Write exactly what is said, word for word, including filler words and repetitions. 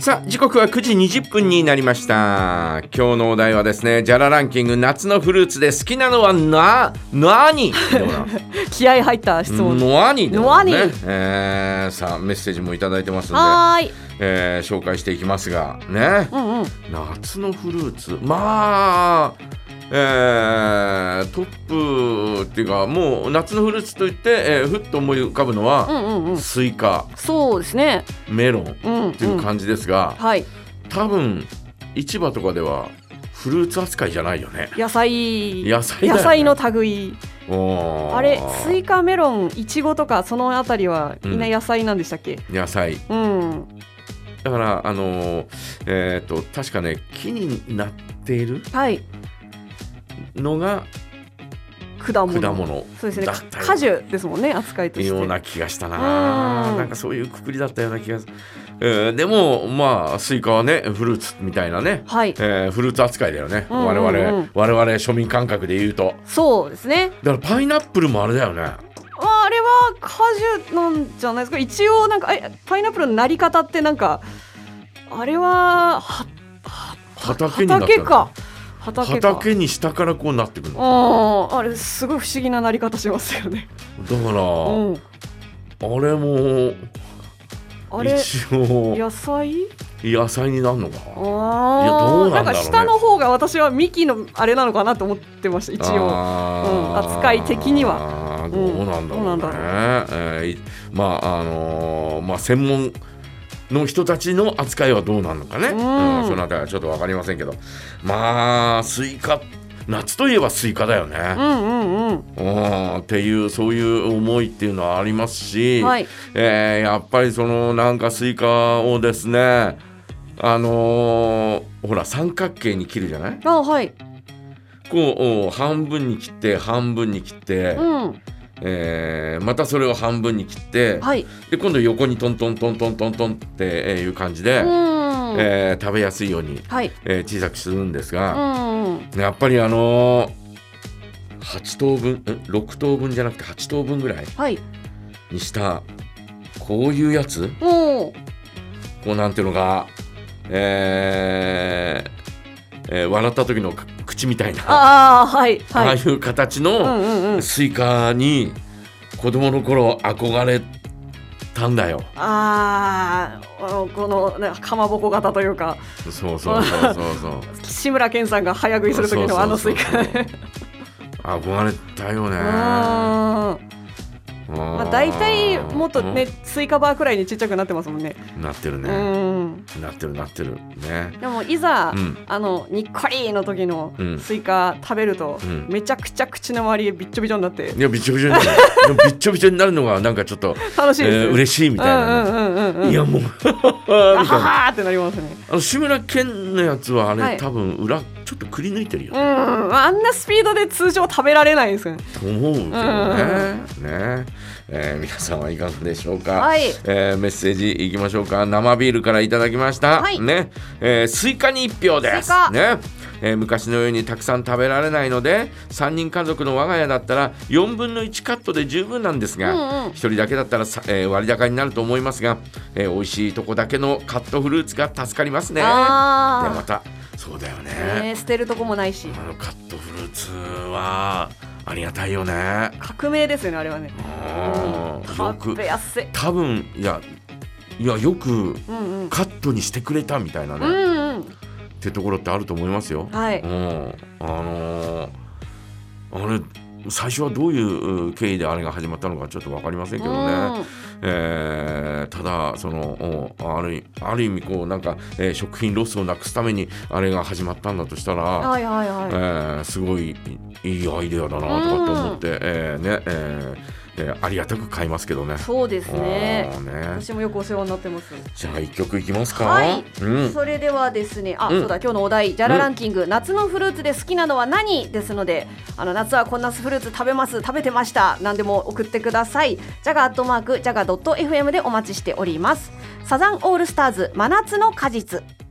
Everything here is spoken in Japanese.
さあ時刻はくじにじゅっぷんになりました。今日のお題はですね、ジャラランキング夏のフルーツで好きなのはな何気合入った質問何でもね、 何、 えー、さあメッセージもいただいてますので、 はーい、 えー、紹介していきますがね、 うんうん、 夏のフルーツ、まあえー、トップっていうかもう夏のフルーツといって、えー、ふっと思い浮かぶのは、 うんうんうん、 スイカ、 そうですね、 メロンっていう感じですが、 うんうん、はい、 多分市場とかではフルーツ扱いじゃないよね。 野菜、 野菜だよね、 野菜の類。 おあれスイカ、メロン、イチゴとかそのあたりはみんな野菜なんでしたっけ、 うん、野菜、 うん、 だからあのー、えーと確かね木になっているのが果物、 果物そうですね、果樹ですもんね、扱いとしてような気がしたな。なんかそういうくくりだったような気がする、えー、でもまあスイカはねフルーツみたいなね、はい、えー、フルーツ扱いだよね、うんうんうん、我々我々庶民感覚で言うと。 そうですね。 だからパイナップルもあれだよね、 あれは果樹なんじゃないですか。一応なんかえパイナップルのなり方ってなんかあれはは畑になったのか畑, 畑に下からこうなってくるの。あ, あれすごい不思議ななり方しますよね。 だから、うん、あれもあれ一応野菜野菜になるのか。 あ、いやどうなんだろうね。なんか下の方が私は幹のあれなのかなと思ってました、一応、うん、扱い的には。 どうなんだろうね、うん、うえー、まああのー、まあ専門の人たちの扱いはどうなのかね、うんうん、そのあたりはちょっと分かりませんけど、まあスイカ、夏といえばスイカだよね、 うんうんうん、 うんっていうそういう思いっていうのはありますし、 はい、 えー、やっぱりそのなんかスイカをですね、あのー、ほら三角形に切るじゃない。 あ、はい、 こう半分に切って半分に切って、うん、えー、またそれを半分に切って、はい、で今度横にトントントントントントンっていう感じで、うん、えー、食べやすいように、はい、えー、小さくするんですが、うん、やっぱりあのー、はち等分ろく等分じゃなくてはち等分ぐらいにしたこういうやつ、こうなんていうのが、えーえー、笑った時の口みたいな、あ、はいはい、ああいう形のスイカに子供の頃憧れたんだよ。 ああ、この、ね、かまぼこ型というか、 そうそうそうそうそう志村けんさんが早食いする時のあのスイカ憧れたよね。 まあ、大体もっとねスイカバーくらいにちっちゃくなってますもんね。 なってるね、うん、なってるなってるね。 でもいざ、うん、あのにっこりの時のスイカ食べると、うん、めちゃくちゃ口の周りびっちょびちょになって、 いやびっちょびちょになるびっちょびちょになるのがなんかちょっと楽しいです、えー、嬉しいみたいな、ね、うんうんうんうん、いやもうあはーってなりますね。 あの志村けんのやつはあれ、はい、多分裏ちょっとくり抜いてるよね、うん、 あんなスピードで通常食べられないですよね。 と思うけどね、うんね、えー、皆さんはいかがでしょうか、はい、えー、メッセージいきましょうか。生ビールからいただきました、はい、ね、えー、スイカにいち票ですね。えー、昔のようにたくさん食べられないのでさんにん家族の我が家だったらよんぶんのいちカットで十分なんですが、うんうん、ひとりだけだったら、えー、割高になると思いますが、えー、美味しいとこだけのカットフルーツが助かりますね。でまたそうだよね、 えー、捨てるとこもないし、 あのカットフルーツはありがたいよね。 革命ですよねあれはね。 うん、 食べやすい。 多分いやいやよくカットにしてくれたみたいなね、うんうん、ってところってあると思いますよ。はい、うん、あのー、あれ最初はどういう経緯であれが始まったのかちょっと分かりませんけどね、うん、えー、ただそのある、ある意味こうなんか、えー、食品ロスをなくすためにあれが始まったんだとしたら、はいはいはい、えー、すごいいいアイデアだなとかって思って、うん、えーねえーえー、ありがたく買いますけどね。 そうです ね, ね私もよくお世話になってます。 じゃあいっきょくいきますか。 はい、うん、それではですねあ、うん、そうだ今日のお題ジャラランキング、うん、夏のフルーツで好きなのは何ですので、あの夏はこんなフルーツ食べます食べてました何でも送ってください。ジャガアットマークジャガドット エフエム でお待ちしております。サザンオールスターズ真夏の果実。